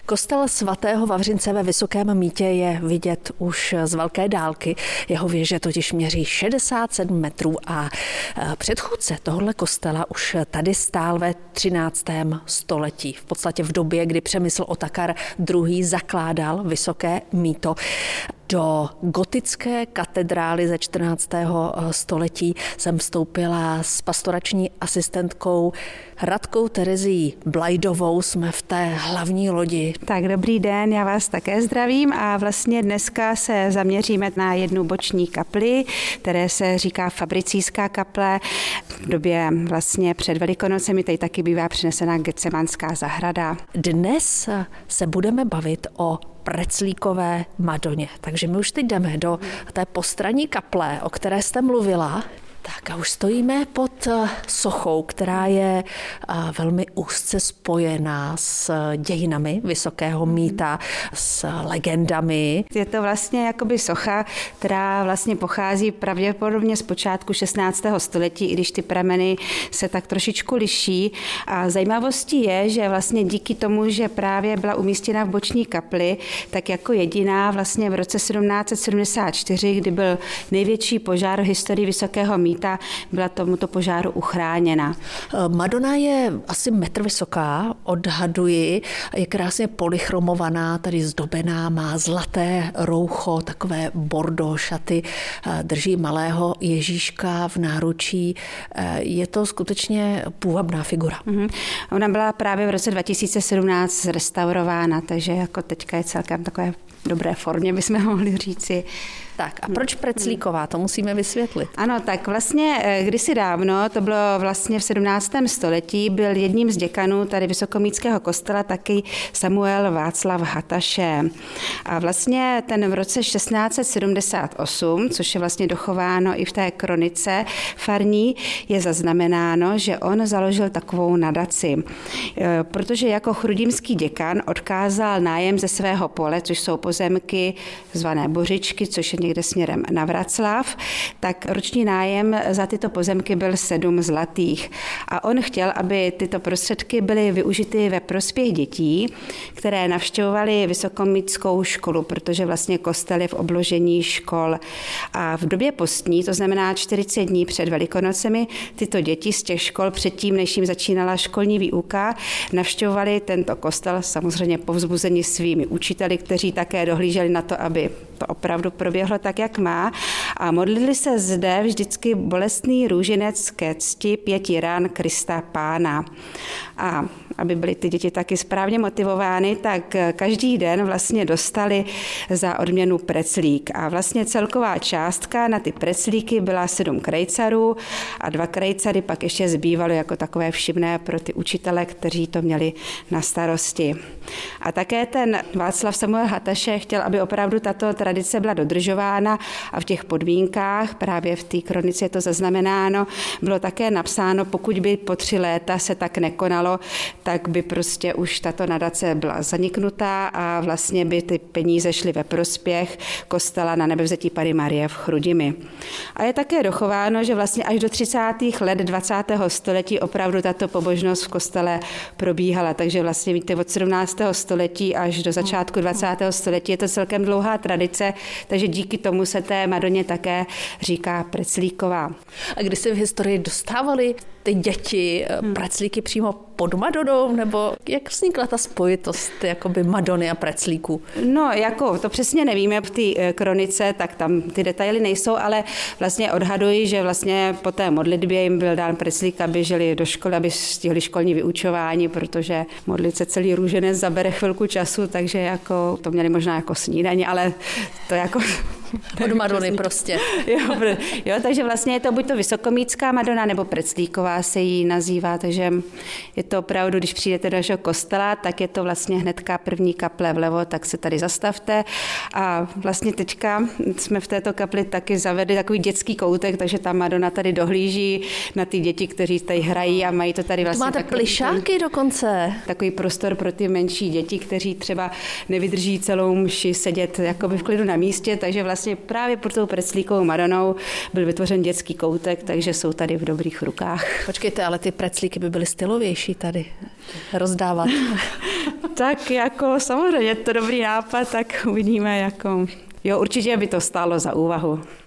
Kostel svatého Vavřince ve Vysokém Mýtě je vidět už z velké dálky. Jeho věže totiž měří 67 metrů a předchůdce tohoto kostela už tady stál ve 13. století. V podstatě v době, kdy Přemysl Otakar II. Zakládal Vysoké Mýto. Do gotické katedrály ze 14. století jsem vstoupila s pastorační asistentkou Radkou Terezií Blajdovou. Jsme v té hlavní lodi. Tak dobrý den, já vás také zdravím a vlastně dneska se zaměříme na jednu boční kapli, které se říká Fabricíská kaple. V době vlastně před Velikonocemi tady taky bývá přinesena Getsemanská zahrada. Dnes se budeme bavit o Preclíkové Madoně. Takže my už teď jdeme do té postranní kaple, o které jste mluvila. Tak a už stojíme pod sochou, která je velmi úzce spojená s dějinami Vysokého Mýta, s legendami. Je to vlastně jakoby socha, která vlastně pochází pravděpodobně z počátku 16. století, i když ty prameny se tak trošičku liší. A zajímavostí je, že vlastně díky tomu, že právě byla umístěna v boční kapli, tak jako jediná vlastně v roce 1774, kdy byl největší požár v historii Vysokého Mýta, byla tomuto požáru uchráněna. Madona je asi metr vysoká, odhaduji, je krásně polychromovaná, tady zdobená, má zlaté roucho, takové bordo šaty, drží malého Ježíška v náručí. Je to skutečně půvabná figura. Ona byla právě v roce 2017 restaurována, takže jako teďka je celkem takové dobré formě, bychom mohli říci. Tak a proč Preclíková? To musíme vysvětlit. Ano, tak vlastně kdysi dávno, to bylo vlastně v 17. století, byl jedním z děkanů tady Vysokomýtského kostela taky Samuel Václav Hataše. A vlastně ten v roce 1678, což je vlastně dochováno i v té kronice farní, je zaznamenáno, že on založil takovou nadaci. Protože jako chrudimský děkan odkázal nájem ze svého pole, což jsou pozemky zvané Bořičky, což je někde směrem na Vraclav, tak roční nájem za tyto pozemky byl 7 zlatých. A on chtěl, aby tyto prostředky byly využity ve prospěch dětí, které navštěvovaly Vysokomýtskou školu, protože vlastně kostel je v obložení škol. A v době postní, to znamená 40 dní před Velikonocemi, tyto děti z těch škol předtím, než jim začínala školní výuka, navštěvovali tento kostel, samozřejmě povzbuzeni svými učiteli, kteří také dohlíželi na to, aby to opravdu proběhlo tak, jak má. A modlili se zde vždycky bolestný růženec ke cti 5 ran Krista Pána. A aby byly ty děti taky správně motivovány, tak každý den vlastně dostali za odměnu preclík. A vlastně celková částka na ty preclíky byla 7 krejcarů a 2 krejcary pak ještě zbývalo jako takové všimné pro ty učitele, kteří to měli na starosti. A také ten Václav Samuel Hataše chtěl, aby opravdu tato tradice byla dodržována a v těch podmínkách, právě v té kronici je to zaznamenáno, bylo také napsáno, pokud by po 3 léta se tak nekonalo, tak by prostě už tato nadace byla zaniknutá a vlastně by ty peníze šly ve prospěch kostela na Nebevzetí Panny Marie v Chrudimi. A je také dochováno, že vlastně až do 30. let 20. století opravdu tato pobožnost v kostele probíhala. Takže vlastně víte, od 17. století až do začátku 20. století je to celkem dlouhá tradice, takže díky tomu se té Madoně také říká Preclíková. A kdy se v historii dostávaly ty děti preclíky přímo pod Madonou, nebo jak vznikla ta spojitost jakoby Madony a preclíků? No, jako to přesně nevíme v té kronice, tak tam ty detaily nejsou, ale vlastně odhaduji, že vlastně po té modlitbě jim byl dán preclík, aby žili do školy, aby stihli školní vyučování, protože modlit se celý růženec zabere chvilku času, takže jako to měli možná jako snídaně, ale to jako od Madony prostě. Jo, takže vlastně je to buď to Vysokomýtská Madona, nebo Preclíková se jí nazývá, takže je to opravdu, když přijdete do našeho kostela, tak je to vlastně hnedka první kaple vlevo, tak se tady zastavte a vlastně teďka jsme v této kapli taky zavedli takový dětský koutek, takže ta Madona tady dohlíží na ty děti, kteří tady hrají a mají to tady vlastně. Máte plišáky dokonce. Takový prostor pro ty menší děti, kteří třeba nevydrží celou mši sedět jakoby v klidu na místě, takže vlastně právě pod tou Preclíkovou Madonou byl vytvořen dětský koutek, takže jsou tady v dobrých rukách. Počkejte, ale ty preclíky by byly stylovější tady rozdávat. tak jako samozřejmě je to dobrý nápad, tak uvidíme, jako jo, určitě by to stálo za úvahu.